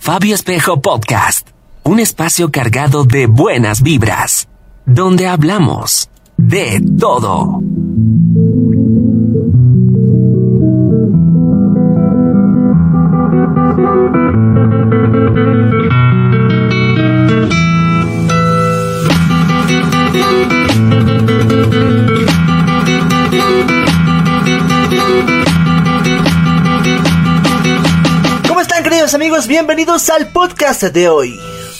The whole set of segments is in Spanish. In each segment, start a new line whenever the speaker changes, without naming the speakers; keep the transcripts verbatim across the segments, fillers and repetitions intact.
Fabio Espejo Podcast, un espacio cargado de buenas vibras, donde hablamos de todo.
Amigos, bienvenidos al podcast de hoy.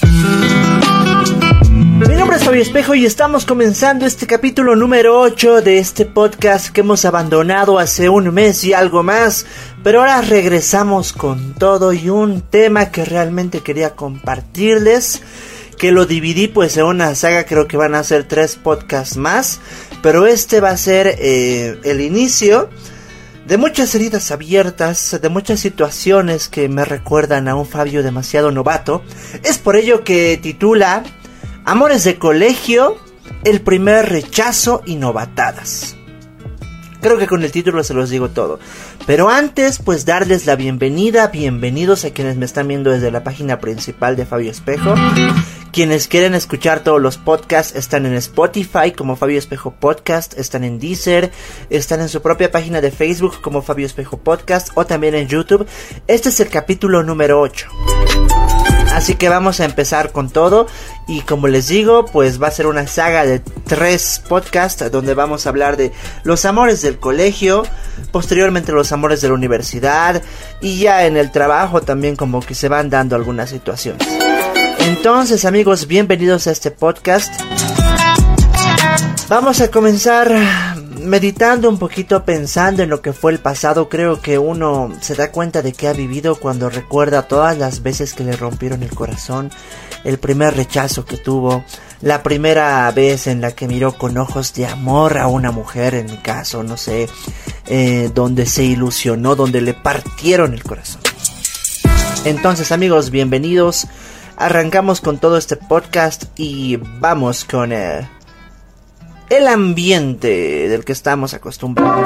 Mi nombre es Fabio Espejo y estamos comenzando este capítulo número ocho de este podcast que hemos abandonado hace un mes y algo más, pero ahora regresamos con todo y un tema que realmente quería compartirles, que lo dividí pues en una saga. Creo que van a ser tres podcasts más, pero este va a ser eh, el inicio de muchas heridas abiertas, de muchas situaciones que me recuerdan a un Fabio demasiado novato. Es por ello que titula Amores de colegio, el primer rechazo y novatadas. Creo que con el título se los digo todo. Pero antes, pues darles la bienvenida, bienvenidos a quienes me están viendo desde la página principal de Fabio Espejo. Quienes quieren escuchar todos los podcasts están en Spotify como Fabio Espejo Podcast, están en Deezer, están en su propia página de Facebook como Fabio Espejo Podcast o también en YouTube. Este es el capítulo número ocho. Así que vamos a empezar con todo y como les digo, pues va a ser una saga de tres podcasts donde vamos a hablar de los amores del colegio, posteriormente los amores de la universidad y ya en el trabajo también como que se van dando algunas situaciones. Entonces amigos, bienvenidos a este podcast. Vamos a comenzar meditando un poquito, pensando en lo que fue el pasado. Creo que uno se da cuenta de que ha vivido cuando recuerda todas las veces que le rompieron el corazón, el primer rechazo que tuvo, la primera vez en la que miró con ojos de amor a una mujer, en mi caso, no sé, eh, donde se ilusionó, donde le partieron el corazón. Entonces amigos, bienvenidos. Arrancamos con todo este podcast y vamos con eh, el ambiente del que estamos acostumbrados.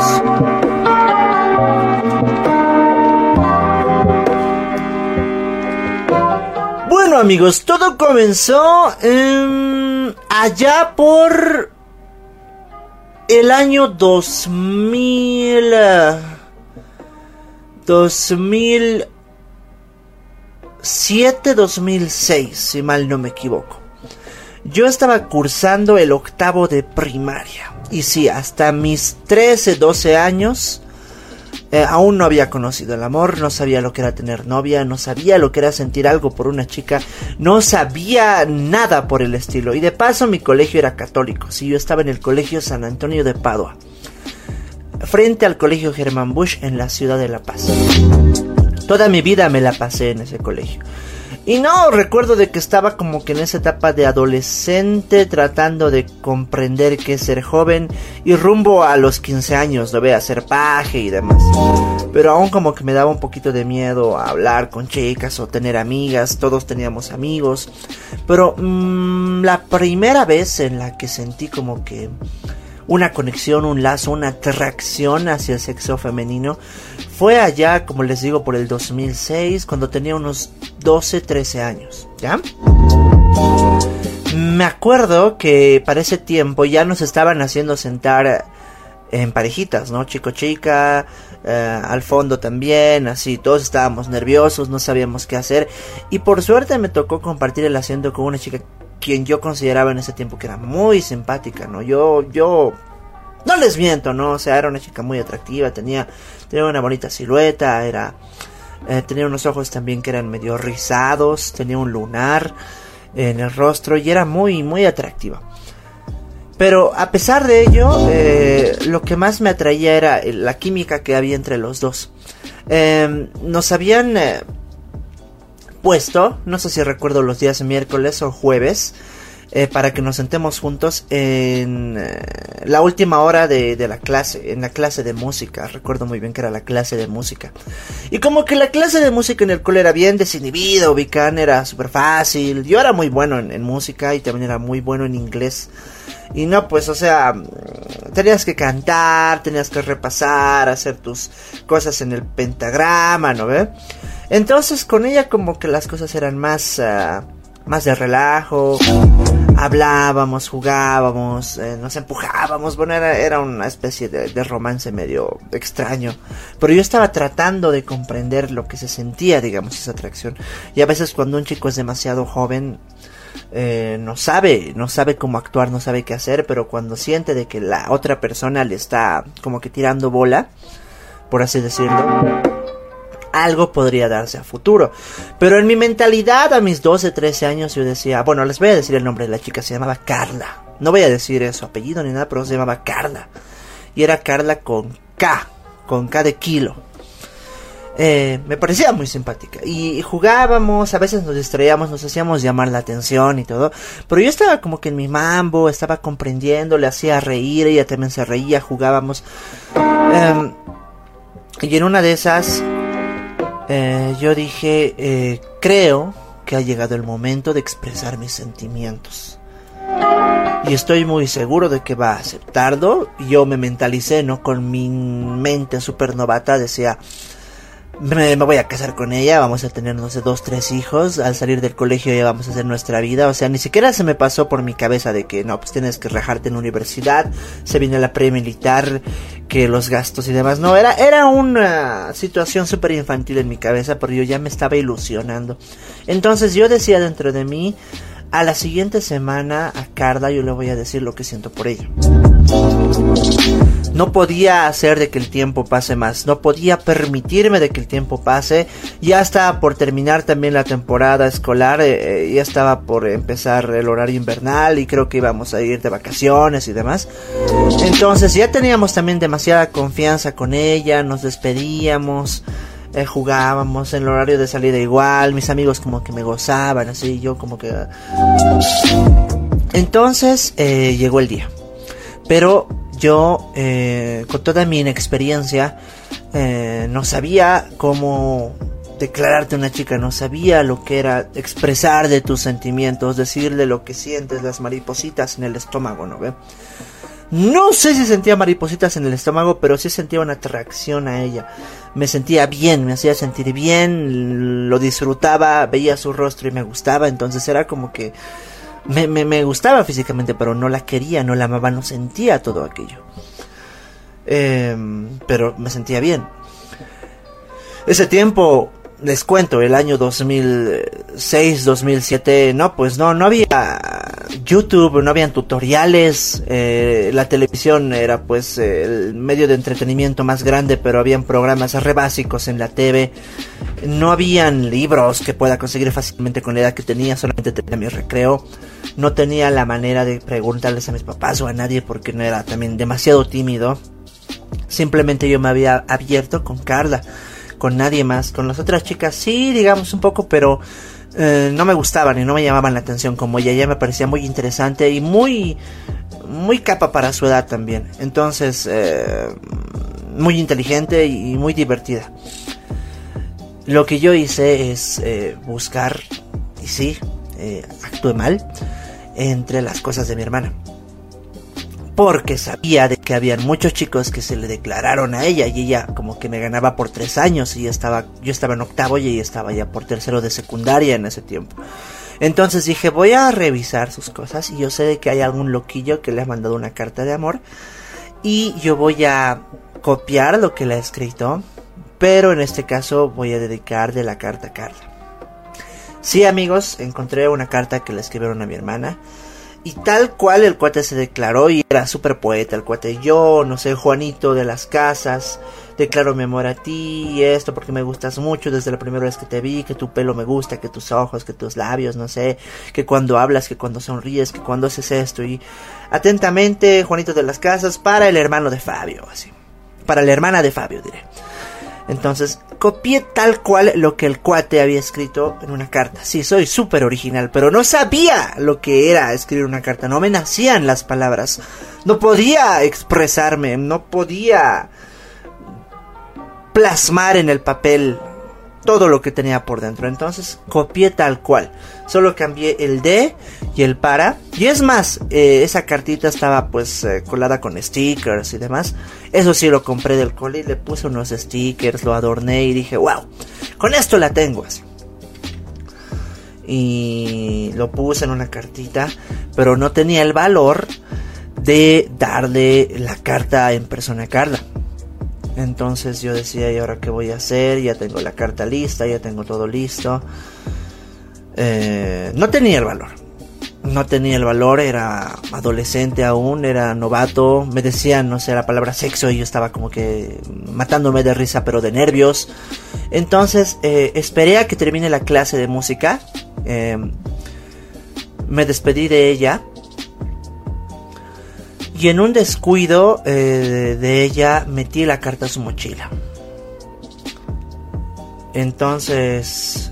Bueno amigos, todo comenzó eh, allá por el año dos mil... dos mil siete, dos mil seis, si mal no me equivoco. Yo estaba cursando el octavo de primaria. Y sí, hasta mis trece, doce años eh, aún no había conocido el amor. No sabía lo que era tener novia. No sabía lo que era sentir algo por una chica. No sabía nada por el estilo. Y de paso mi colegio era católico. Sí, yo estaba en el colegio San Antonio de Padua, frente al colegio Germán Busch en la ciudad de La Paz. Toda mi vida me la pasé en ese colegio. Y no, recuerdo de que estaba como que en esa etapa de adolescente, tratando de comprender qué es ser joven. Y rumbo a los quince años, lo ve, a ser paje y demás. Pero aún como que me daba un poquito de miedo a hablar con chicas o tener amigas. Todos teníamos amigos. Pero mmm, la primera vez en la que sentí como que una conexión, un lazo, una atracción hacia el sexo femenino fue allá, como les digo, por el dos mil seis, cuando tenía unos doce, trece años, ¿ya? Me acuerdo que para ese tiempo ya nos estaban haciendo sentar en parejitas, ¿no? Chico-chica, eh, al fondo también, así, todos estábamos nerviosos, no sabíamos qué hacer. Y por suerte me tocó compartir el asiento con una chica quien yo consideraba en ese tiempo que era muy simpática, ¿no? Yo, yo, no les miento, ¿no? O sea, era una chica muy atractiva, tenía, tenía una bonita silueta, era, eh, tenía unos ojos también que eran medio rizados, tenía un lunar en el rostro y era muy, muy atractiva. Pero a pesar de ello, eh, lo que más me atraía era la química que había entre los dos. Eh, nos habían Eh, puesto, no sé si recuerdo los días miércoles o jueves, eh, para que nos sentemos juntos en eh, la última hora de, de la clase, en la clase de música. Recuerdo muy bien que era la clase de música. Y como que la clase de música en el cole era bien desinhibida, ubican, era súper fácil. Yo era muy bueno en, en música y también era muy bueno en inglés. Y no, pues, o sea, tenías que cantar, tenías que repasar, hacer tus cosas en el pentagrama, ¿no ve? Entonces con ella como que las cosas eran más, uh, más de relajo. Hablábamos, jugábamos, eh, nos empujábamos. Bueno, era, era una especie de, de romance medio extraño. Pero yo estaba tratando de comprender lo que se sentía, digamos, esa atracción. Y a veces cuando un chico es demasiado joven, eh, no sabe, no sabe cómo actuar, no sabe qué hacer. Pero cuando siente de que la otra persona le está como que tirando bola, por así decirlo, algo podría darse a futuro. Pero en mi mentalidad, a mis doce, trece años, yo decía, bueno, les voy a decir el nombre de la chica, se llamaba Carla. No voy a decir su apellido ni nada, pero se llamaba Carla. Y era Carla con K, con K de kilo. Eh, me parecía muy simpática. Y jugábamos, a veces nos distraíamos, nos hacíamos llamar la atención y todo. Pero yo estaba como que en mi mambo, estaba comprendiendo, le hacía reír, ella también se reía, jugábamos. Eh, y en una de esas... Eh, yo dije, eh, creo que ha llegado el momento de expresar mis sentimientos. Y estoy muy seguro de que va a aceptarlo. Yo me mentalicé, ¿no? Con mi mente súper novata, decía, me, me voy a casar con ella, vamos a tener, no sé, dos, tres hijos. Al salir del colegio ya vamos a hacer nuestra vida. O sea, ni siquiera se me pasó por mi cabeza de que, no, pues tienes que rajarte en la universidad, se viene la pre-militar, que los gastos y demás. No, era, era una situación súper infantil en mi cabeza, pero yo ya me estaba ilusionando. Entonces yo decía dentro de mí, a la siguiente semana a Carla yo le voy a decir lo que siento por ella. No podía hacer de que el tiempo pase más, no podía permitirme de que el tiempo pase. Ya estaba por terminar también la temporada escolar, eh, ya estaba por empezar el horario invernal y creo que íbamos a ir de vacaciones y demás. Entonces ya teníamos también demasiada confianza con ella, nos despedíamos, eh, jugábamos en el horario de salida igual, mis amigos como que me gozaban, así, yo como que... Entonces eh, llegó el día, pero yo eh, con toda mi inexperiencia eh, no sabía cómo declararte a una chica, no sabía lo que era expresar de tus sentimientos, decirle lo que sientes, las maripositas en el estómago, ¿no ve? No sé si sentía maripositas en el estómago, pero sí sentía una atracción a ella. Me sentía bien, me hacía sentir bien, lo disfrutaba, veía su rostro y me gustaba, entonces era como que me, me, me gustaba físicamente, pero no la quería, no la amaba, no sentía todo aquello. Eh, pero me sentía bien. Ese tiempo, les cuento, el año dos mil seis, dos mil siete, no, pues no, no había YouTube, no habían tutoriales, eh, la televisión era pues eh, el medio de entretenimiento más grande, pero habían programas re básicos en la T V, no habían libros que pueda conseguir fácilmente con la edad que tenía, solamente tenía mi recreo, no tenía la manera de preguntarles a mis papás o a nadie porque no era también demasiado tímido, simplemente yo me había abierto con Carla, con nadie más, con las otras chicas sí, digamos un poco, pero eh, no me gustaban y no me llamaban la atención como ella. Ella me parecía muy interesante y muy muy capa para su edad también, entonces eh, muy inteligente y muy divertida. Lo que yo hice es eh, buscar, y sí, eh, actué mal, entre las cosas de mi hermana, porque sabía de que habían muchos chicos que se le declararon a ella y ella como que me ganaba por tres años y yo estaba, yo estaba en octavo y ella estaba ya por tercero de secundaria en ese tiempo. Entonces dije, voy a revisar sus cosas y yo sé de que hay algún loquillo que le ha mandado una carta de amor y yo voy a copiar lo que le ha escrito, pero en este caso voy a dedicar de la carta a Carla. Sí, amigos, encontré una carta que le escribieron a mi hermana. Y tal cual el cuate se declaró y era súper poeta el cuate. Yo, no sé, Juanito de las Casas, declaro mi amor a ti y esto porque me gustas mucho desde la primera vez que te vi, que tu pelo me gusta, que tus ojos, que tus labios, no sé, que cuando hablas, que cuando sonríes, que cuando haces esto. Y atentamente, Juanito de las Casas, para el hermano de Fabio, así. Para la hermana de Fabio, diré. Entonces, copié tal cual lo que el cuate había escrito en una carta. Sí, soy súper original, pero no sabía lo que era escribir una carta. No me nacían las palabras. No podía expresarme, no podía plasmar en el papel todo lo que tenía por dentro. Entonces copié tal cual, solo cambié el de y el para. Y es más, eh, esa cartita estaba pues eh, colada con stickers y demás. Eso sí lo compré del cole y le puse unos stickers, lo adorné y dije, wow, con esto la tengo así. Y lo puse en una cartita, pero no tenía el valor de darle la carta en persona a Carla. Entonces yo decía, ¿y ahora qué voy a hacer? Ya tengo la carta lista, ya tengo todo listo. Eh, no tenía el valor. No tenía el valor, era adolescente aún, era novato. Me decían, no sé, la palabra sexo y yo estaba como que matándome de risa, pero de nervios. Entonces eh, esperé a que termine la clase de música. Eh, me despedí de ella. Y en un descuido eh, de ella metí la carta a su mochila. Entonces,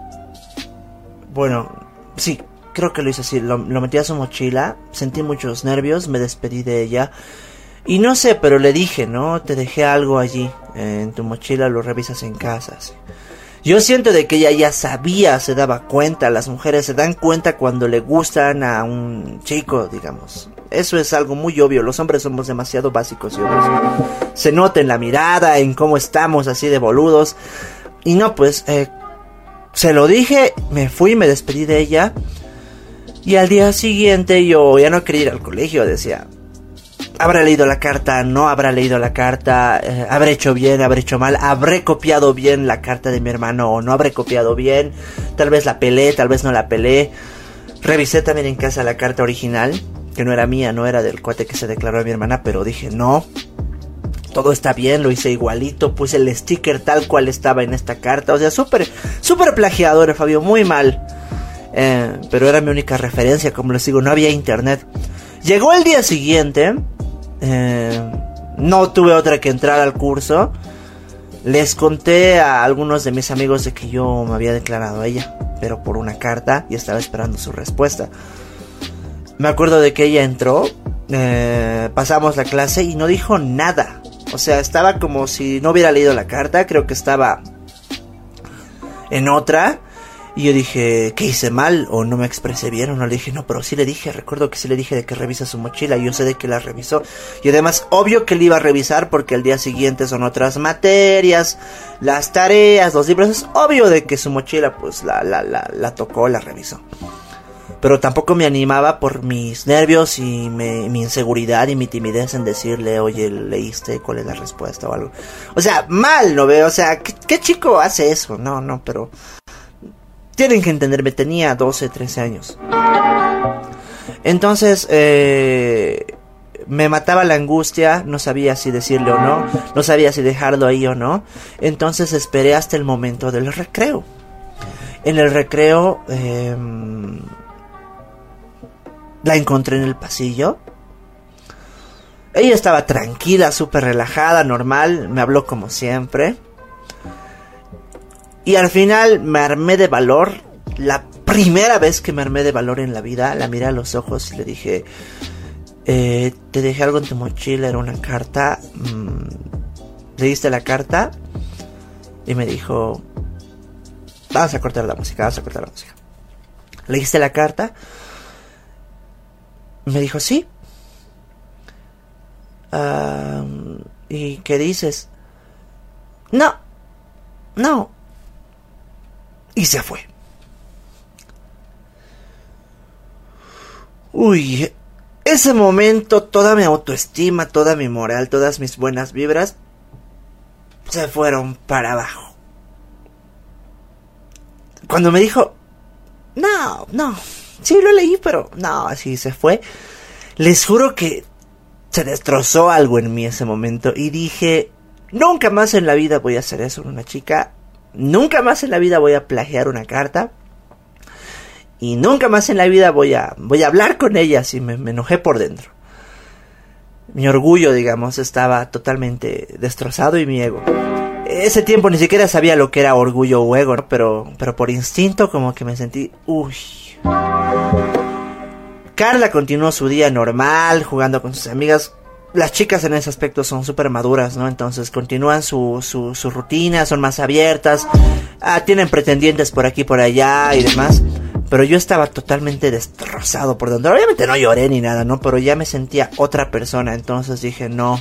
bueno, sí, creo que lo hice así. Lo, lo metí a su mochila, sentí muchos nervios, me despedí de ella. Y no sé, pero le dije, ¿no? Te dejé algo allí, eh, en tu mochila, lo revisas en casa. ¿Sí? Yo siento de que ella ya sabía, se daba cuenta. Las mujeres se dan cuenta cuando le gustan a un chico, digamos. Eso es algo muy obvio. Los hombres somos demasiado básicos y obvios. Se nota en la mirada, en cómo estamos así de boludos. Y no, pues, eh, se lo dije, me fui, me despedí de ella. Y al día siguiente yo ya no quería ir al colegio, decía... ¿Habrá leído la carta? ¿No habrá leído la carta? Eh, ¿Habré hecho bien? ¿Habré hecho mal? ¿Habré copiado bien la carta de mi hermano o no habré copiado bien? Tal vez la pelé, tal vez no la pelé. Revisé también en casa la carta original, que no era mía, no era del cuate que se declaró a mi hermana, pero dije no. Todo está bien, lo hice igualito, puse el sticker tal cual estaba en esta carta. O sea, súper, súper plagiador, Fabio, muy mal. Eh, pero era mi única referencia, como les digo, no había internet. Llegó el día siguiente... Eh, no tuve otra que entrar al curso. Les conté a algunos de mis amigos de que yo me había declarado a ella, pero por una carta, y estaba esperando su respuesta. Me acuerdo de que ella entró, eh, pasamos la clase y no dijo nada. O sea, estaba como si no hubiera leído la carta. Creo que estaba en otra. Y yo dije, ¿qué hice mal? ¿O no me expresé bien? O no le dije, no, pero sí le dije, recuerdo que sí le dije de que revisa su mochila. Yo sé de que la revisó. Y además, obvio que le iba a revisar porque el día siguiente son otras materias, las tareas, los libros. Es obvio de que su mochila, pues, la, la, la, la tocó, la revisó. Pero tampoco me animaba por mis nervios y me, mi inseguridad y mi timidez en decirle, oye, ¿leíste? ¿Cuál es la respuesta? O algo. O sea, mal, ¿no veo? O sea, ¿qué, qué chico hace eso? No, no, pero... Tienen que entenderme, tenía doce, trece años. Entonces, eh, me mataba la angustia, no sabía si decirle o no, no sabía si dejarlo ahí o no. Entonces esperé hasta el momento del recreo. En el recreo, eh, la encontré en el pasillo. Ella estaba tranquila, súper relajada, normal, me habló como siempre. Y al final me armé de valor, la primera vez que me armé de valor en la vida, la miré a los ojos y le dije, eh, te dejé algo en tu mochila, era una carta, mmm, ¿leíste la carta? Y me dijo, vamos a cortar la música, vamos a cortar la música. ¿Leíste la carta? Me dijo, sí. Uh, ¿Y qué dices? No, no. Y se fue. Uy, ese momento toda mi autoestima, toda mi moral, todas mis buenas vibras se fueron para abajo. Cuando me dijo, no, no, sí lo leí, pero no, así se fue. Les juro que se destrozó algo en mí ese momento y dije, nunca más en la vida voy a hacer eso con una chica. Nunca más en la vida voy a plagiar una carta. Y nunca más en la vida voy a, voy a hablar con ella. Así me, me enojé por dentro. Mi orgullo, digamos, estaba totalmente destrozado y mi ego. Ese tiempo ni siquiera sabía lo que era orgullo o ego, ¿no? Pero, pero por instinto como que me sentí... Uy. Carla continuó su día normal, jugando con sus amigas. Las chicas en ese aspecto son súper maduras, ¿no? Entonces continúan su, su, su rutina, son más abiertas. ah, tienen pretendientes por aquí, por allá y demás. Pero yo estaba totalmente destrozado por dentro. Obviamente no lloré ni nada, ¿no? Pero ya me sentía otra persona. Entonces dije, no.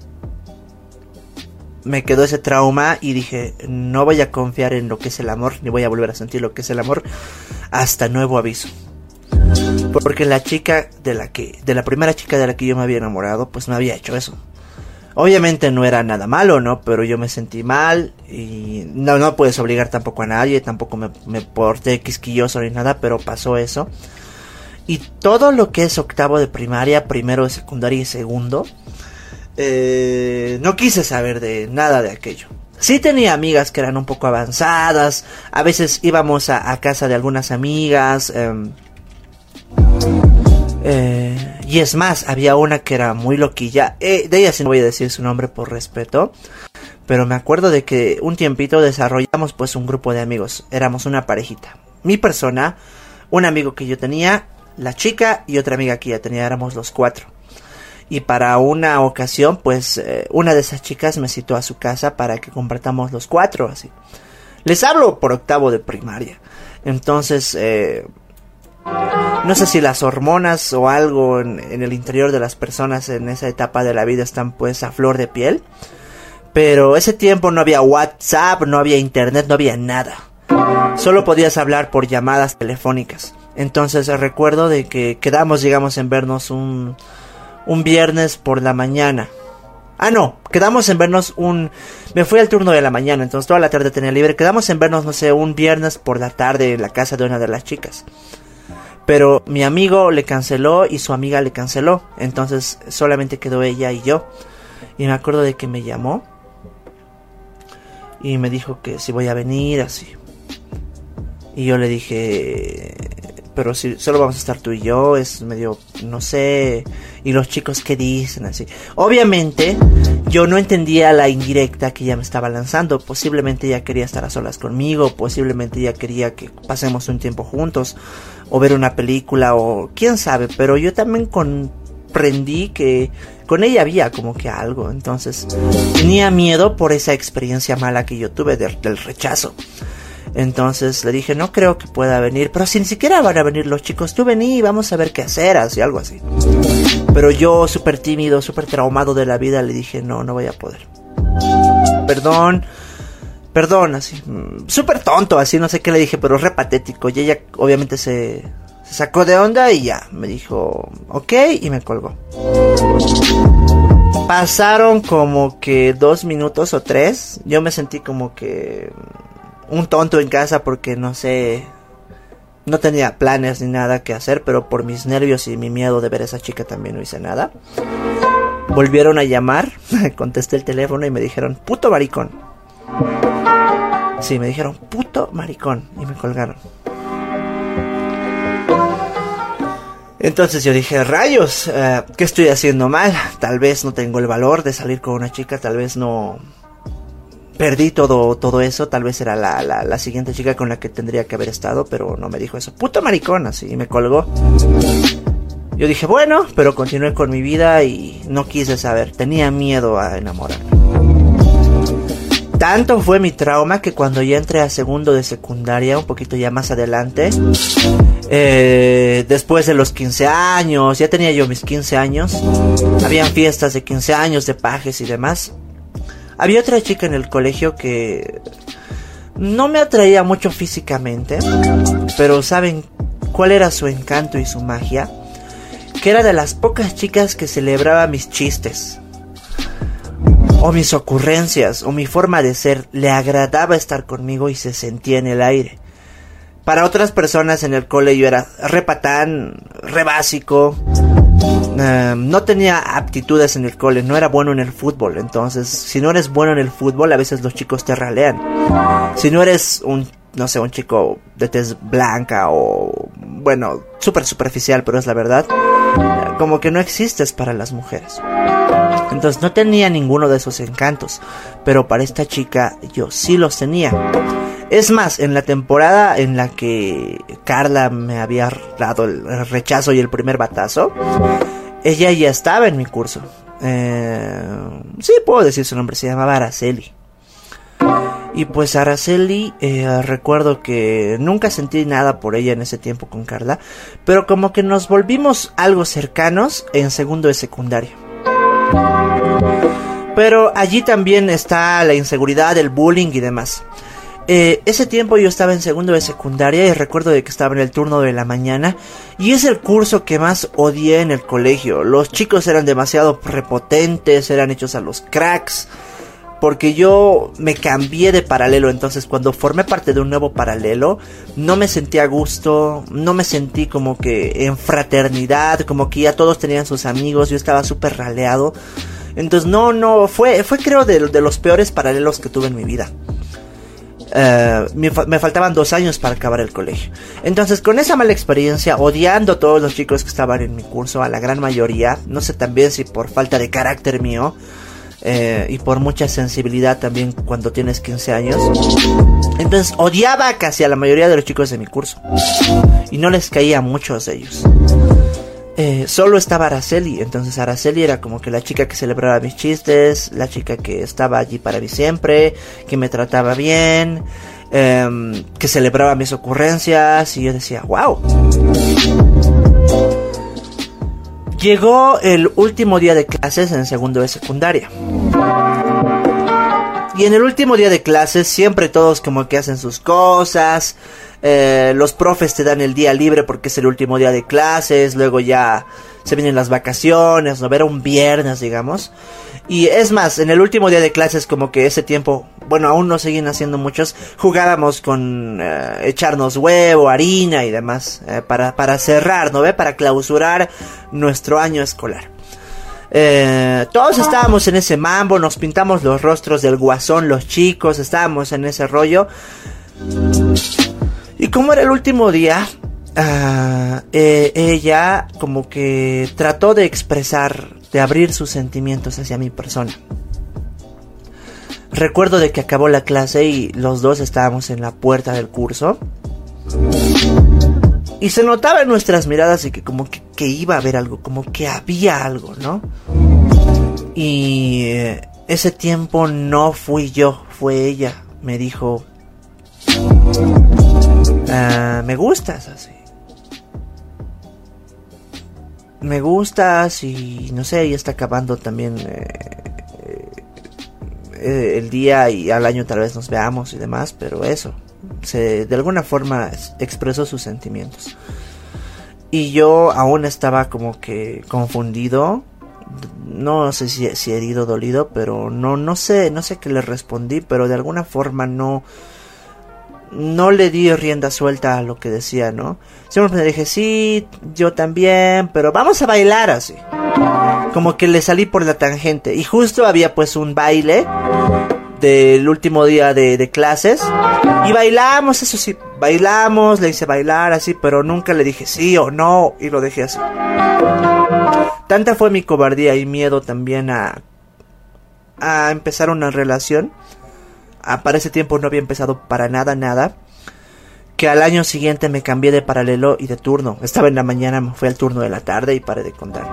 Me quedó ese trauma y dije, no voy a confiar en lo que es el amor, ni voy a volver a sentir lo que es el amor hasta nuevo aviso. Porque la chica de la que, de la primera chica de la que yo me había enamorado, pues me había hecho eso. Obviamente no era nada malo, ¿no? Pero yo me sentí mal y no, no puedes obligar tampoco a nadie, tampoco me, me porté quisquilloso ni nada, pero pasó eso. Y todo lo que es octavo de primaria, primero de secundaria y segundo, eh, no quise saber de nada de aquello. Sí tenía amigas que eran un poco avanzadas, a veces íbamos a, a casa de algunas amigas, eh, eh, y es más, había una que era muy loquilla, eh, de ella sí no voy a decir su nombre por respeto, pero me acuerdo de que un tiempito desarrollamos pues un grupo de amigos, éramos una parejita, mi persona, un amigo que yo tenía, la chica y otra amiga que ella tenía, éramos los cuatro. Y para una ocasión, pues, eh, una de esas chicas me citó a su casa para que compartamos los cuatro, así. Les hablo por octavo de primaria. Entonces, eh, no sé si las hormonas o algo en, en el interior de las personas en esa etapa de la vida están, pues, a flor de piel. Pero ese tiempo no había WhatsApp, no había internet, no había nada. Solo podías hablar por llamadas telefónicas. Entonces, recuerdo de que quedamos, llegamos en vernos un... un viernes por la mañana. Ah, no, quedamos en vernos un... Me fui al turno de la mañana, entonces toda la tarde tenía libre. Quedamos en vernos, no sé, un viernes por la tarde en la casa de una de las chicas. Pero mi amigo le canceló y su amiga le canceló. Entonces solamente quedó ella y yo. Y me acuerdo de que me llamó y me dijo que si voy a venir, así. Y yo le dije... pero si solo vamos a estar tú y yo, es medio, no sé, y los chicos qué dicen, así. Obviamente, yo no entendía la indirecta que ella me estaba lanzando, posiblemente ella quería estar a solas conmigo, posiblemente ella quería que pasemos un tiempo juntos, o ver una película, o quién sabe, pero yo también comprendí que con ella había como que algo, entonces tenía miedo por esa experiencia mala que yo tuve de, del rechazo. Entonces le dije, no creo que pueda venir, pero si ni siquiera van a venir los chicos, tú vení y vamos a ver qué hacer, así, algo así. Pero yo, súper tímido, súper traumado de la vida, le dije, no, no voy a poder. Perdón, perdón, así, súper tonto, así, no sé qué le dije, pero re patético. Y ella obviamente se, se sacó de onda y ya, me dijo, ok, y me colgó. Pasaron como que dos minutos o tres, yo me sentí como que... un tonto en casa porque no sé, no tenía planes ni nada que hacer, pero por mis nervios y mi miedo de ver a esa chica también no hice nada. Volvieron a llamar, contesté el teléfono y me dijeron, puto maricón. Sí, me dijeron, puto maricón, y me colgaron. Entonces yo dije, rayos, uh, ¿qué estoy haciendo mal? Tal vez no tengo el valor de salir con una chica, tal vez no... Perdí todo todo eso, tal vez era la, la, la siguiente chica con la que tendría que haber estado, pero no me dijo eso. Puto maricón, así, y me colgó. Yo dije, bueno, pero continué con mi vida y no quise saber. Tenía miedo a enamorarme. Tanto fue mi trauma que cuando ya entré a segundo de secundaria, un poquito ya más adelante, eh, después de los quince años, ya tenía yo mis quince años, habían fiestas de quince años, de pajes y demás. Había otra chica en el colegio que no me atraía mucho físicamente, pero ¿saben cuál era su encanto y su magia? Que era de las pocas chicas que celebraba mis chistes, o mis ocurrencias, o mi forma de ser. Le agradaba estar conmigo y se sentía en el aire. Para otras personas en el cole yo era re patán, re básico. Uh, no tenía aptitudes en el cole, no era bueno en el fútbol. Entonces, si no eres bueno en el fútbol, a veces los chicos te ralean. Si no eres un, no sé, un chico de tez blanca o, bueno, súper superficial, pero es la verdad, como que no existes para las mujeres. Entonces no tenía ninguno de esos encantos, pero para esta chica yo sí los tenía. Es más, en la temporada en la que Carla me había dado el rechazo y el primer batazo, ella ya estaba en mi curso. Eh, sí, puedo decir su nombre, se llamaba Araceli. Y pues Araceli, eh, recuerdo que nunca sentí nada por ella en ese tiempo con Carla, pero como que nos volvimos algo cercanos en segundo de secundaria. Pero allí también está la inseguridad, el bullying y demás. Eh, ese tiempo yo estaba en segundo de secundaria y recuerdo de que estaba en el turno de la mañana, y es el curso que más odié en el colegio. Los chicos eran demasiado prepotentes, eran hechos a los cracks, porque yo me cambié de paralelo. Entonces cuando formé parte de un nuevo paralelo no me sentí a gusto, no me sentí como que en fraternidad, como que ya todos tenían sus amigos, yo estaba súper raleado. Entonces no, no, fue, fue creo de, de los peores paralelos que tuve en mi vida. Uh, me, me faltaban dos años para acabar el colegio. Entonces con esa mala experiencia, odiando a todos los chicos que estaban en mi curso, a la gran mayoría, no sé también si por falta de carácter mío, Eh, y por mucha sensibilidad también cuando tienes quince años. Entonces odiaba casi a la mayoría de los chicos de mi curso, y no les caía a muchos de ellos. eh, Solo estaba Araceli. Entonces Araceli era como que la chica que celebraba mis chistes, la chica que estaba allí para mí siempre, que me trataba bien, eh, que celebraba mis ocurrencias. Y yo decía, wow. Llegó el último día de clases en segundo de secundaria. Y en el último día de clases siempre todos como que hacen sus cosas. Eh, los profes te dan el día libre porque es el último día de clases. Luego ya se vienen las vacaciones, ¿no? Era un viernes, digamos. Y es más, en el último día de clases como que ese tiempo, bueno, aún no siguen haciendo muchos, jugábamos con eh, echarnos huevo, harina y demás, eh, para, para cerrar, ¿no ve? Para clausurar nuestro año escolar. Eh, todos estábamos en ese mambo, nos pintamos los rostros del guasón, los chicos, estábamos en ese rollo. Y como era el último día, uh, eh, ella como que trató de expresar, de abrir sus sentimientos hacia mi persona. Recuerdo de que acabó la clase y los dos estábamos en la puerta del curso. Y se notaba en nuestras miradas y que como que, que iba a haber algo, como que había algo, ¿no? Y eh, ese tiempo no fui yo, fue ella. Me dijo, ah, me gustas así. Me gustas y no sé, ya está acabando también eh, eh, el día y al año tal vez nos veamos y demás, pero eso, se, de alguna forma expresó sus sentimientos. Y yo aún estaba como que confundido, no sé si, si herido, dolido, pero no, no sé, no sé qué le respondí, pero de alguna forma no... No le di rienda suelta a lo que decía, ¿no? Siempre le dije, sí, yo también, pero vamos a bailar así. Como que le salí por la tangente. Y justo había pues un baile del último día de, de clases. Y bailamos, eso sí, bailamos, le hice bailar así, pero nunca le dije sí o no, y lo dejé así. Tanta fue mi cobardía y miedo también a, a empezar una relación. Para ese tiempo no había empezado para nada, nada. Que al año siguiente me cambié de paralelo y de turno. Estaba en la mañana, me fui al turno de la tarde y paré de contar.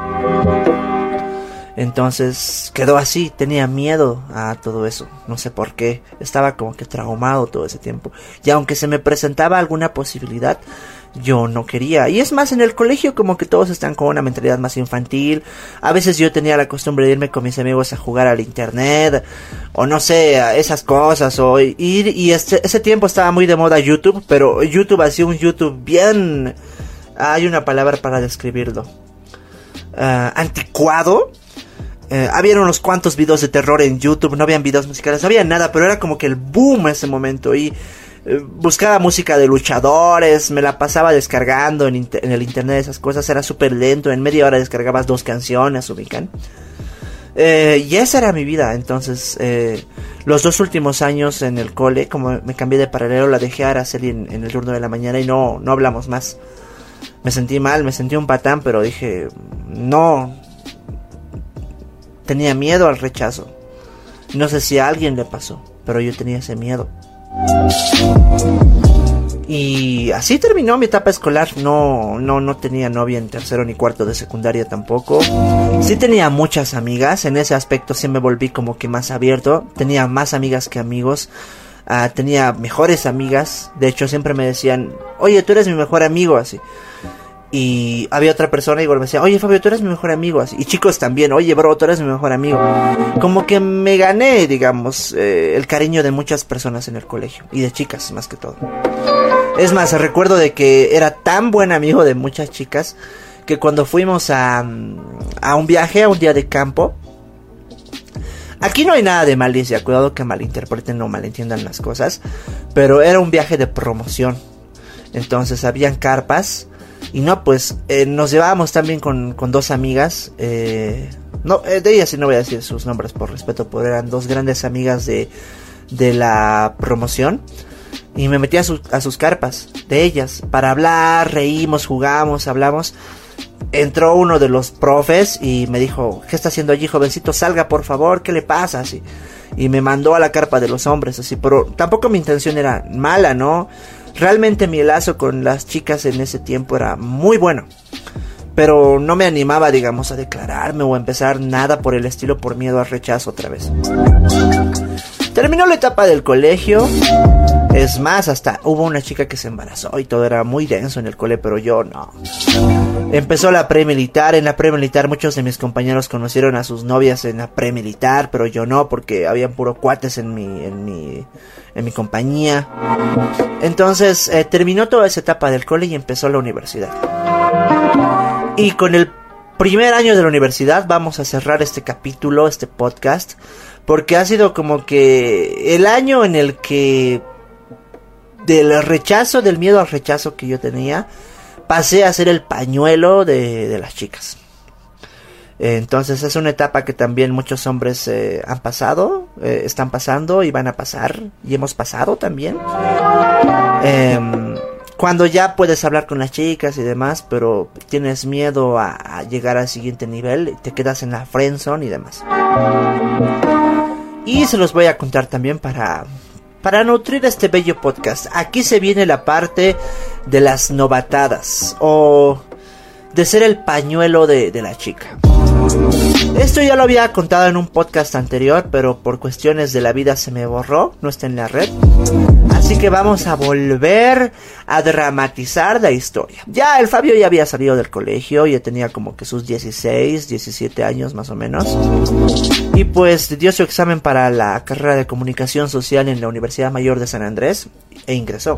Entonces quedó así, tenía miedo a todo eso. No sé por qué, estaba como que traumado todo ese tiempo. Y aunque se me presentaba alguna posibilidad, yo no quería. Y es más, en el colegio como que todos están con una mentalidad más infantil. A veces yo tenía la costumbre de irme con mis amigos a jugar al internet, o no sé, a esas cosas, o ir, y este, ese tiempo estaba muy de moda YouTube, pero YouTube hacía un YouTube bien... Hay una palabra para describirlo. Uh, anticuado. Eh, habían unos cuantos videos de terror en YouTube, no habían videos musicales, no había nada, pero era como que el boom en ese momento. Y eh, buscaba música de luchadores, me la pasaba descargando en, inter- en el internet, esas cosas, era súper lento, en media hora descargabas dos canciones, ubican. Eh, y esa era mi vida. Entonces eh, los dos últimos años en el cole, como me cambié de paralelo, la dejé a Araceli en, en el turno de la mañana y no, no hablamos más. Me sentí mal, me sentí un patán, pero dije, no... Tenía miedo al rechazo. No sé si a alguien le pasó, pero yo tenía ese miedo. Y así terminó mi etapa escolar. No, no, no tenía novia en tercero ni cuarto de secundaria tampoco. Sí tenía muchas amigas. En ese aspecto sí me volví como que más abierto. Tenía más amigas que amigos. Uh, tenía mejores amigas. De hecho siempre me decían, oye, tú eres mi mejor amigo, así. Y había otra persona igual me decía, oye Fabio, tú eres mi mejor amigo, así. Y chicos también, oye bro, tú eres mi mejor amigo. Como que me gané, digamos, eh, el cariño de muchas personas en el colegio. Y de chicas, más que todo. Es más, recuerdo de que era tan buen amigo de muchas chicas que cuando fuimos a, a un viaje, a un día de campo. Aquí no hay nada de malicia, cuidado que malinterpreten, no malentiendan las cosas. Pero era un viaje de promoción. Entonces habían carpas. Y no, pues eh, nos llevábamos también con, con dos amigas. Eh, no, eh, de ellas sí no voy a decir sus nombres por respeto, pero eran dos grandes amigas de, de la promoción. Y me metí a, su, a sus carpas de ellas para hablar, reímos, jugamos, hablamos. Entró uno de los profes y me dijo, ¿qué está haciendo allí, jovencito? Salga, por favor, ¿qué le pasa? Así. Y me mandó a la carpa de los hombres, así. Pero tampoco mi intención era mala, ¿no? Realmente mi lazo con las chicas en ese tiempo era muy bueno. Pero no me animaba, digamos, a declararme o a empezar nada por el estilo por miedo al rechazo otra vez. Terminó la etapa del colegio. Es más, hasta hubo una chica que se embarazó y todo era muy denso en el cole, pero yo no. Empezó la premilitar. En la premilitar muchos de mis compañeros conocieron a sus novias en la premilitar, pero yo no, porque habían puro cuates en mi, en mi, en mi compañía. Entonces eh, terminó toda esa etapa del cole y empezó la universidad. Y con el primer año de la universidad vamos a cerrar este capítulo, este podcast, porque ha sido como que el año en el que del rechazo, del miedo al rechazo que yo tenía, pasé a ser el pañuelo de, de las chicas. Entonces es una etapa que también muchos hombres eh, han pasado, eh, están pasando y van a pasar, y hemos pasado también. Eh, cuando ya puedes hablar con las chicas y demás, pero tienes miedo a, a llegar al siguiente nivel, te quedas en la friendzone y demás. Y se los voy a contar también para... Para nutrir este bello podcast. Aquí se viene la parte de las novatadas, o de ser el pañuelo de, de la chica. Esto ya lo había contado en un podcast anterior, pero por cuestiones de la vida se me borró, no está en la red. Así que vamos a volver a dramatizar la historia. Ya el Fabio ya había salido del colegio, ya tenía como que sus dieciséis, diecisiete años más o menos. Y pues dio su examen para la carrera de comunicación social en la Universidad Mayor de San Andrés e ingresó.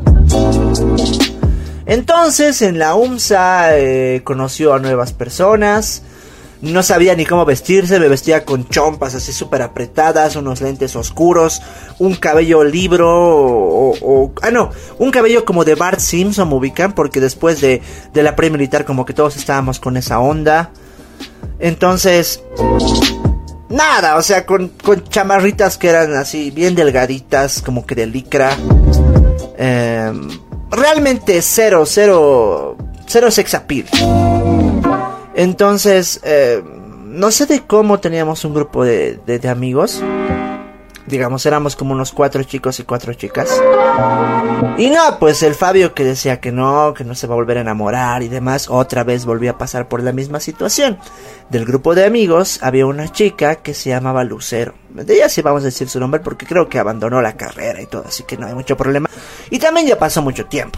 Entonces en la UMSA eh, conoció a nuevas personas. No sabía ni cómo vestirse, me vestía con chompas así súper apretadas, unos lentes oscuros, un cabello libro o, o... Ah, no, un cabello como de Bart Simpson, me ubican, porque después de, de la pre-militar como que todos estábamos con esa onda. Entonces... Nada, o sea, con, con chamarritas que eran así bien delgaditas, como que de licra. Eh, realmente cero, cero, cero sex appeal. Entonces, eh, no sé de cómo teníamos un grupo de, de, de amigos. Digamos, éramos como unos cuatro chicos y cuatro chicas. Y no, pues el Fabio que decía que no, que no se va a volver a enamorar y demás, otra vez volvió a pasar por la misma situación. Del grupo de amigos había una chica que se llamaba Lucero. De ella sí vamos a decir su nombre porque creo que abandonó la carrera y todo, así que no hay mucho problema. Y también ya pasó mucho tiempo.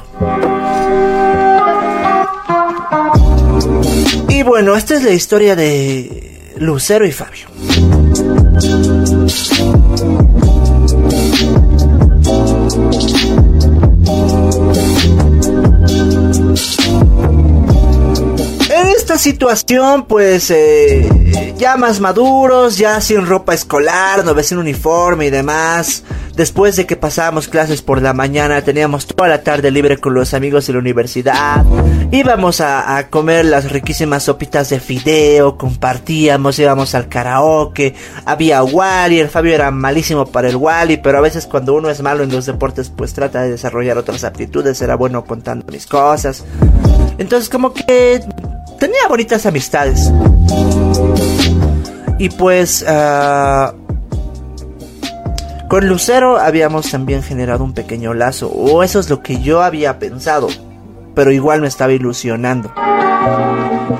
Y bueno, esta es la historia de Lucero y Fabio. En esta situación, pues, eh, ya más maduros, ya sin ropa escolar, no sin uniforme y demás. Después de que pasábamos clases por la mañana, teníamos toda la tarde libre con los amigos de la universidad. Íbamos a, a comer las riquísimas sopitas de fideo, compartíamos, íbamos al karaoke, había Wally, el Fabio era malísimo para el Wally, pero a veces cuando uno es malo en los deportes, pues trata de desarrollar otras aptitudes, era bueno contando mis cosas. Entonces como que tenía bonitas amistades. Y pues... Uh, con Lucero habíamos también generado un pequeño lazo, o eso es lo que yo había pensado, pero igual me estaba ilusionando.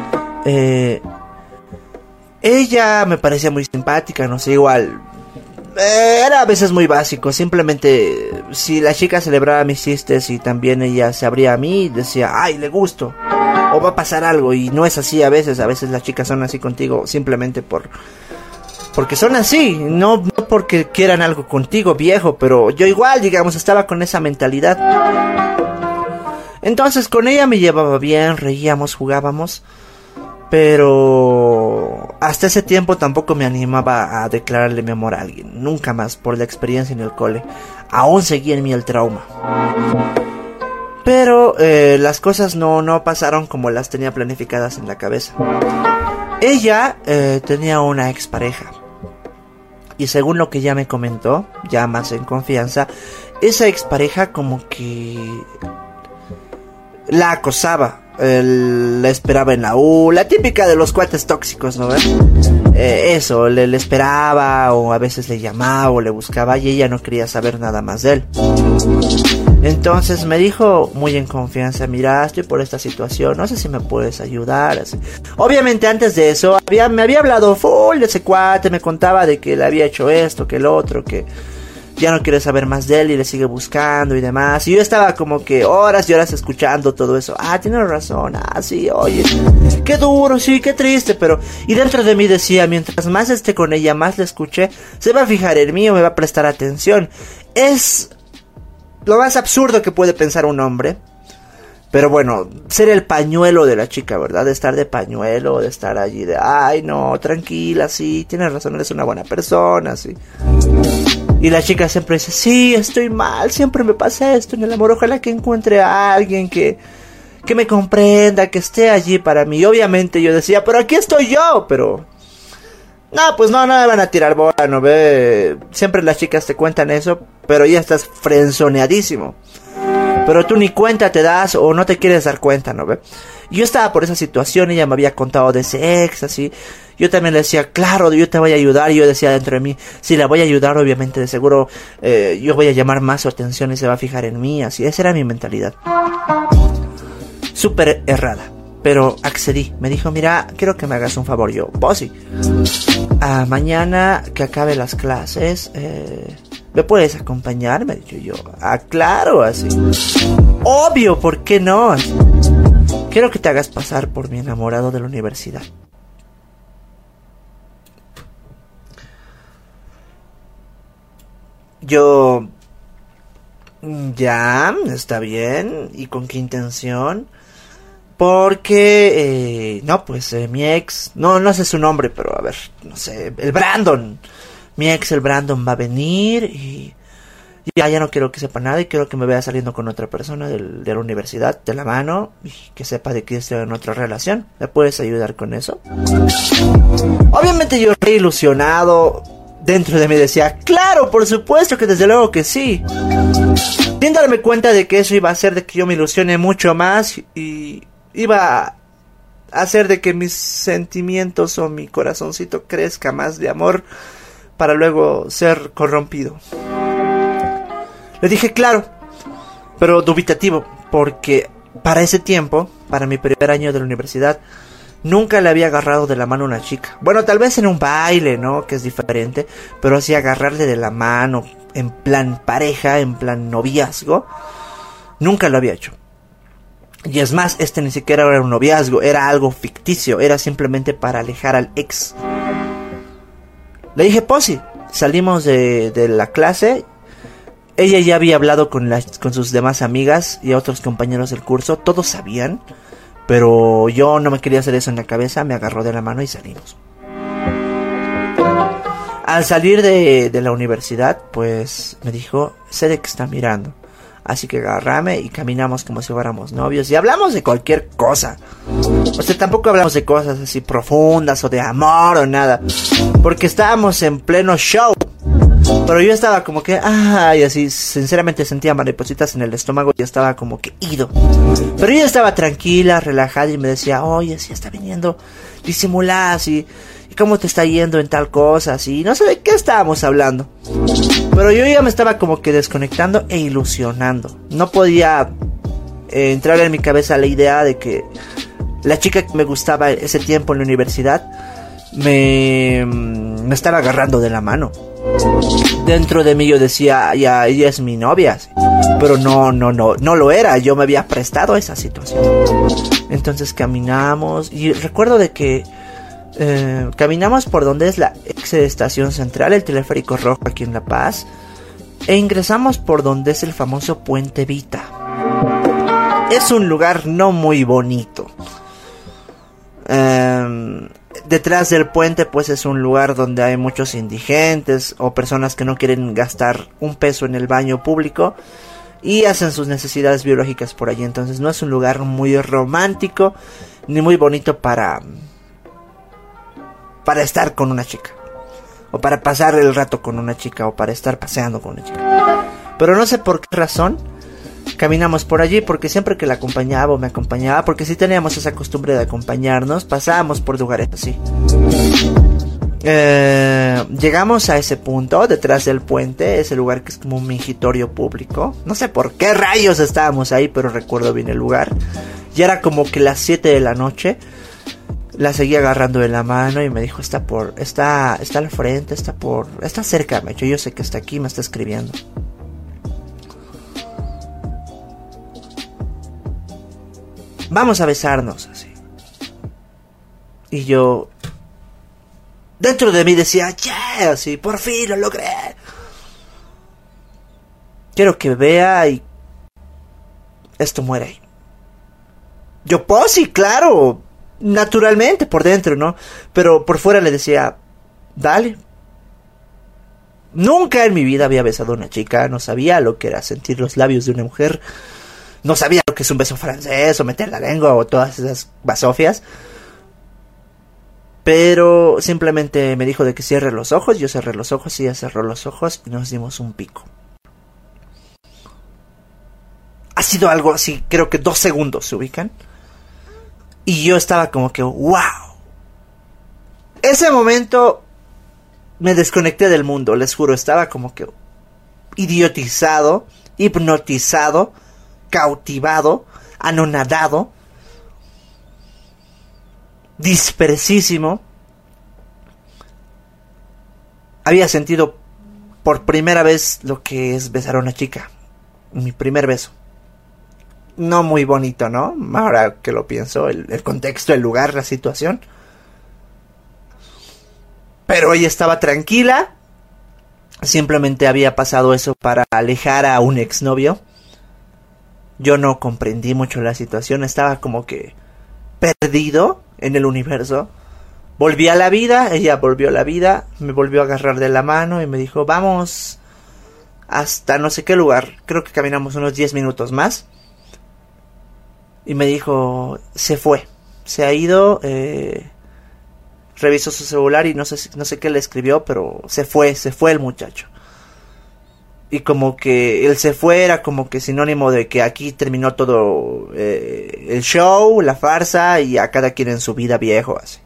Eh, ella me parecía muy simpática, no sé, igual eh, era a veces muy básico. Simplemente, si la chica celebraba mis chistes y también ella se abría a mí, decía, ay, le gusto, o va a pasar algo. Y no es así a veces. A veces las chicas son así contigo simplemente por... porque son así, no, no porque quieran algo contigo, viejo. Pero yo igual, digamos, estaba con esa mentalidad. Entonces con ella me llevaba bien, reíamos, jugábamos. Pero hasta ese tiempo tampoco me animaba a declararle mi amor a alguien. Nunca más, por la experiencia en el cole. Aún seguía en mí el trauma. Pero eh, las cosas no, no pasaron como las tenía planificadas en la cabeza. Ella eh, tenía una expareja. Y según lo que ella me comentó, ya más en confianza, esa expareja como que la acosaba. Él la esperaba en la U, la típica de los cuates tóxicos, ¿no ves? Eh, eso, le, le esperaba, o a veces le llamaba o le buscaba, y ella no quería saber nada más de él. Entonces me dijo muy en confianza, mira, estoy por esta situación, no sé si me puedes ayudar. Así. Obviamente antes de eso había, me había hablado full de ese cuate, me contaba de que le había hecho esto, que el otro, que ya no quiere saber más de él y le sigue buscando y demás. Y yo estaba como que horas y horas escuchando todo eso. Ah, tienes razón, ah, sí, oye, qué duro, sí, qué triste, pero... Y dentro de mí decía, mientras más esté con ella, más la escuche, se va a fijar en mí o me va a prestar atención. Es lo más absurdo que puede pensar un hombre. Pero bueno, ser el pañuelo de la chica, ¿verdad? De estar de pañuelo, de estar allí de... Ay, no, tranquila, sí, tienes razón, eres una buena persona, sí. Y la chica siempre dice, sí, estoy mal, siempre me pasa esto en el amor, ojalá que encuentre a alguien que, que me comprenda, que esté allí para mí. Y obviamente yo decía, pero aquí estoy yo, pero... No, pues no, no me van a tirar bola, ¿no ve? Siempre las chicas te cuentan eso, pero ya estás frenzoneadísimo. Pero tú ni cuenta te das o no te quieres dar cuenta, ¿no ve? Yo estaba por esa situación, ella me había contado de ese ex, así. Yo también le decía, claro, yo te voy a ayudar. Y yo decía dentro de mí, si la voy a ayudar, obviamente, de seguro, eh, yo voy a llamar más su atención y se va a fijar en mí, así. Esa era mi mentalidad. Súper errada. Pero accedí. Me dijo, mira, quiero que me hagas un favor. Yo, vos sí. Ah, mañana que acabe las clases, eh, ¿me puedes acompañar? Me dijo yo. Ah, claro, así. Obvio, ¿por qué no? Así. Quiero que te hagas pasar por mi enamorado de la universidad. Yo... Ya, está bien. ¿Y con qué intención? Porque... Eh, no, pues eh, mi ex... No, no sé su nombre, pero a ver, no sé... El Brandon. Mi ex, el Brandon, va a venir y... Ya, ya no quiero que sepa nada y quiero que me vea saliendo con otra persona del, de la universidad, de la mano, y que sepa de que estoy en otra relación. ¿Me puedes ayudar con eso? Obviamente yo re ilusionado, dentro de mí decía, claro, por supuesto que desde luego que sí. Sin darme cuenta de que eso iba a hacer de que yo me ilusione mucho más y iba a hacer de que mis sentimientos o mi corazoncito crezca más de amor para luego ser corrompido. Le dije claro, pero dubitativo, porque para ese tiempo, para mi primer año de la universidad, nunca le había agarrado de la mano a una chica. Bueno, tal vez en un baile, ¿no? Que es diferente, pero así agarrarle de la mano, en plan pareja, en plan noviazgo, nunca lo había hecho. Y es más, este ni siquiera era un noviazgo, era algo ficticio, era simplemente para alejar al ex. Le dije, Posi, salimos de, de la clase. Ella ya había hablado con, las, con sus demás amigas y otros compañeros del curso. Todos sabían, pero yo no me quería hacer eso en la cabeza. Me agarró de la mano y salimos. Al salir de, de la universidad, pues me dijo, sé de que está mirando, así que agárrame y caminamos como si fuéramos novios. Y hablamos de cualquier cosa. O sea, tampoco hablamos de cosas así profundas o de amor o nada, porque estábamos en pleno show. Pero yo estaba como que, ay, así, sinceramente sentía maripositas en el estómago y estaba como que ido. Pero ella estaba tranquila, relajada y me decía, oye, si está viniendo, disimulá, así, ¿y cómo te está yendo en tal cosa? Así, no sé de qué estábamos hablando. Pero yo ya me estaba como que desconectando e ilusionando. No podía eh, entrar en mi cabeza la idea de que la chica que me gustaba ese tiempo en la universidad me, me estaba agarrando de la mano. Dentro de mí yo decía, ya, ella es mi novia. Pero no, no, no, no lo era. Yo me había prestado a esa situación. Entonces caminamos. Y recuerdo de que eh, caminamos por donde es la ex estación central, el teleférico rojo aquí en La Paz. E ingresamos por donde es el famoso Puente Vita. Es un lugar no muy bonito. Eh, detrás del puente pues es un lugar donde hay muchos indigentes o personas que no quieren gastar un peso en el baño público y hacen sus necesidades biológicas por allí. Entonces no es un lugar muy romántico ni muy bonito para para estar con una chica, o para pasar el rato con una chica, o para estar paseando con una chica. Pero no sé por qué razón caminamos por allí, porque siempre que la acompañaba o me acompañaba, porque sí teníamos esa costumbre de acompañarnos, pasábamos por lugares así. Eh, llegamos a ese punto, detrás del puente, ese lugar que es como un mingitorio público. No sé por qué rayos estábamos ahí, pero recuerdo bien el lugar. Ya era como que las siete de la noche. La seguí agarrando de la mano y me dijo, está por, está, está al frente, está por, está cerca, me dijo, yo sé que está aquí, me está escribiendo. Vamos a besarnos, así. Y yo, dentro de mí decía, yeah, así, por fin lo logré. Quiero que vea y esto muere ahí. Yo, pues sí, claro, naturalmente por dentro, ¿no? Pero por fuera le decía, dale. Nunca en mi vida había besado a una chica, no sabía lo que era sentir los labios de una mujer. No sabía lo que es un beso francés, o meter la lengua, o todas esas basofias. Pero simplemente me dijo de que cierre los ojos. Yo cerré los ojos y ella cerró los ojos y nos dimos un pico. Ha sido algo así, creo que dos segundos, ¿se ubican? Y yo estaba como que, wow. Ese momento me desconecté del mundo, les juro. Estaba como que idiotizado, hipnotizado, cautivado, anonadado, dispersísimo. Había sentido por primera vez lo que es besar a una chica. Mi primer beso. No muy bonito, ¿no? Ahora que lo pienso, el, el contexto, el lugar, la situación. Pero ella estaba tranquila. Simplemente había pasado eso para alejar a un exnovio. Yo no comprendí mucho la situación. Estaba como que perdido en el universo. Volví a la vida. Ella volvió a la vida. Me volvió a agarrar de la mano y me dijo, vamos hasta no sé qué lugar. Creo que caminamos unos diez minutos más. Y me dijo, se fue. Se ha ido. Eh, revisó su celular y no sé, no sé qué le escribió, pero se fue, se fue el muchacho. Y como que él se fue era como que sinónimo de que aquí terminó todo eh, el show, la farsa, y a cada quien en su vida, viejo, así.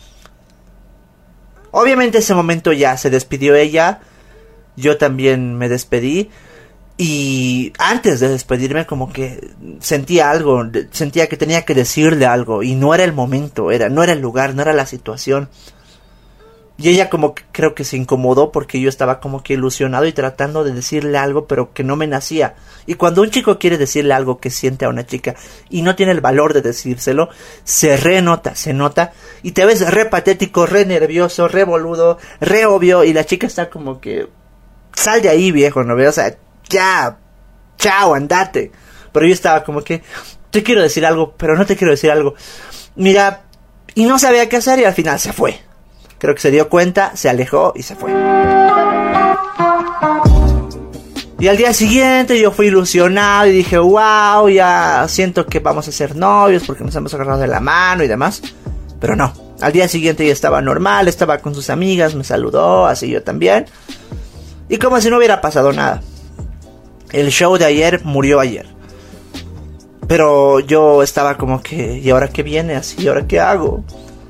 Obviamente ese momento ya se despidió ella. Yo también me despedí. Y antes de despedirme como que sentía algo, sentía que tenía que decirle algo. Y no era el momento, era, no era el lugar, no era la situación. Y ella como que creo que se incomodó porque yo estaba como que ilusionado y tratando de decirle algo, pero que no me nacía. Y cuando un chico quiere decirle algo que siente a una chica y no tiene el valor de decírselo, se renota, se nota. Y te ves re patético, re nervioso, re boludo, re obvio. Y la chica está como que, sal de ahí, viejo, ¿no ves? O sea, ya, chao, andate. Pero yo estaba como que, te quiero decir algo, pero no te quiero decir algo. Mira, y no sabía qué hacer y al final se fue. Creo que se dio cuenta, se alejó y se fue. Y al día siguiente yo fui ilusionado y dije, wow, ya siento que vamos a ser novios porque nos hemos agarrado de la mano y demás. Pero no, al día siguiente ya estaba normal, estaba con sus amigas, me saludó, así yo también. Y como si no hubiera pasado nada. El show de ayer murió ayer. Pero yo estaba como que, ¿y ahora qué viene? Así, ¿y ahora qué hago?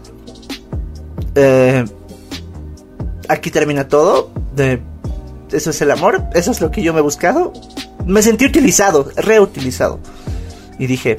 Eh, aquí termina todo. De, eso es el amor. Eso es lo que yo me he buscado. Me sentí utilizado, reutilizado. Y dije,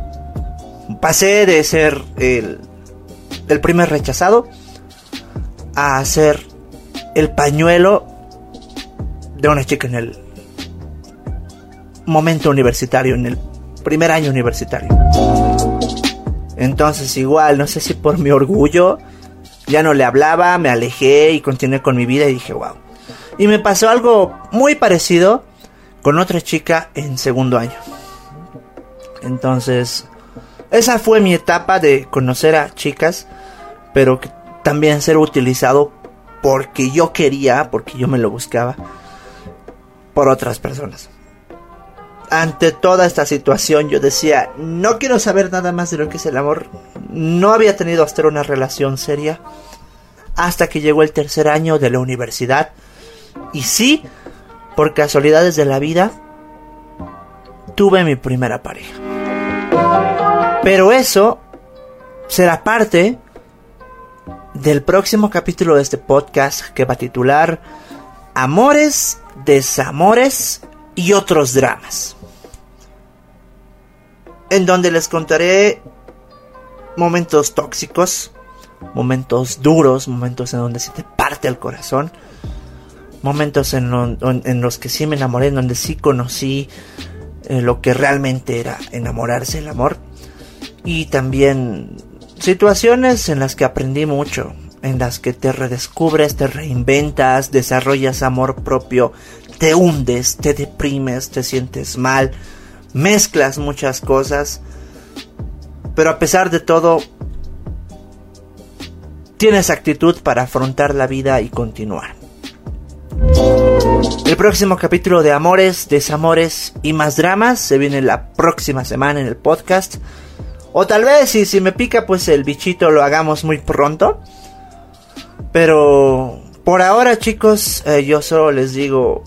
pasé de ser el, el primer rechazado a ser el pañuelo de una chica en el momento universitario, en el primer año universitario. Entonces igual, no sé si por mi orgullo, ya no le hablaba, me alejé y continué con mi vida y dije wow. Y me pasó algo muy parecido con otra chica en segundo año. Entonces, esa fue mi etapa de conocer a chicas, pero también ser utilizado porque yo quería, porque yo me lo buscaba, por otras personas. Ante toda esta situación yo decía, no quiero saber nada más de lo que es el amor. No había tenido hasta una relación seria hasta que llegó el tercer año de la universidad. Y sí, por casualidades de la vida, tuve mi primera pareja. Pero eso será parte del próximo capítulo de este podcast, que va a titular Amores, Desamores y otros dramas, en donde les contaré momentos tóxicos, momentos duros, momentos en donde se te parte el corazón, momentos en, lo, en los que sí me enamoré, en donde sí conocí eh, lo que realmente era enamorarse, el amor, y también situaciones en las que aprendí mucho, en las que te redescubres, te reinventas, desarrollas amor propio, te hundes, te deprimes, te sientes mal, mezclas muchas cosas, pero a pesar de todo, tienes actitud para afrontar la vida y continuar. El próximo capítulo de Amores, Desamores y más dramas se viene la próxima semana en el podcast. O tal vez, si, si me pica, pues el bichito lo hagamos muy pronto. Pero por ahora, chicos, eh, yo solo les digo,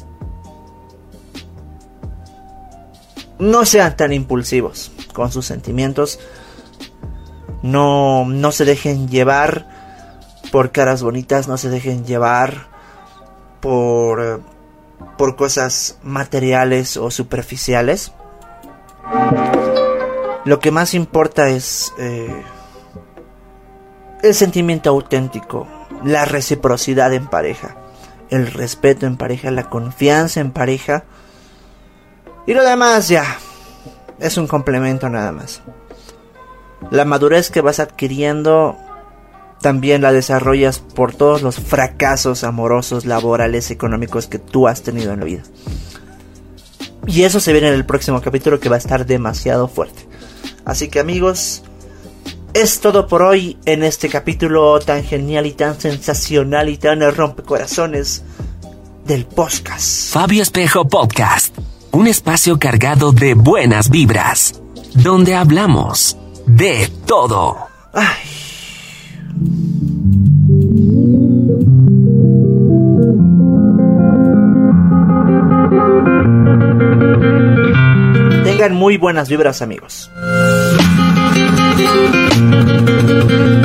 no sean tan impulsivos con sus sentimientos. No, no se dejen llevar por caras bonitas, no se dejen llevar por, por cosas materiales o superficiales. Lo que más importa es eh, el sentimiento auténtico, la reciprocidad en pareja, el respeto en pareja, la confianza en pareja. Y lo demás ya es un complemento nada más. La madurez que vas adquiriendo también la desarrollas por todos los fracasos amorosos, laborales, económicos que tú has tenido en la vida. Y eso se viene en el próximo capítulo, que va a estar demasiado fuerte. Así que, amigos, es todo por hoy en este capítulo tan genial y tan sensacional y tan rompecorazones del podcast.
Fabio Espejo Podcast, un espacio cargado de buenas vibras, donde hablamos de todo.
Ay. Tengan muy buenas vibras, amigos.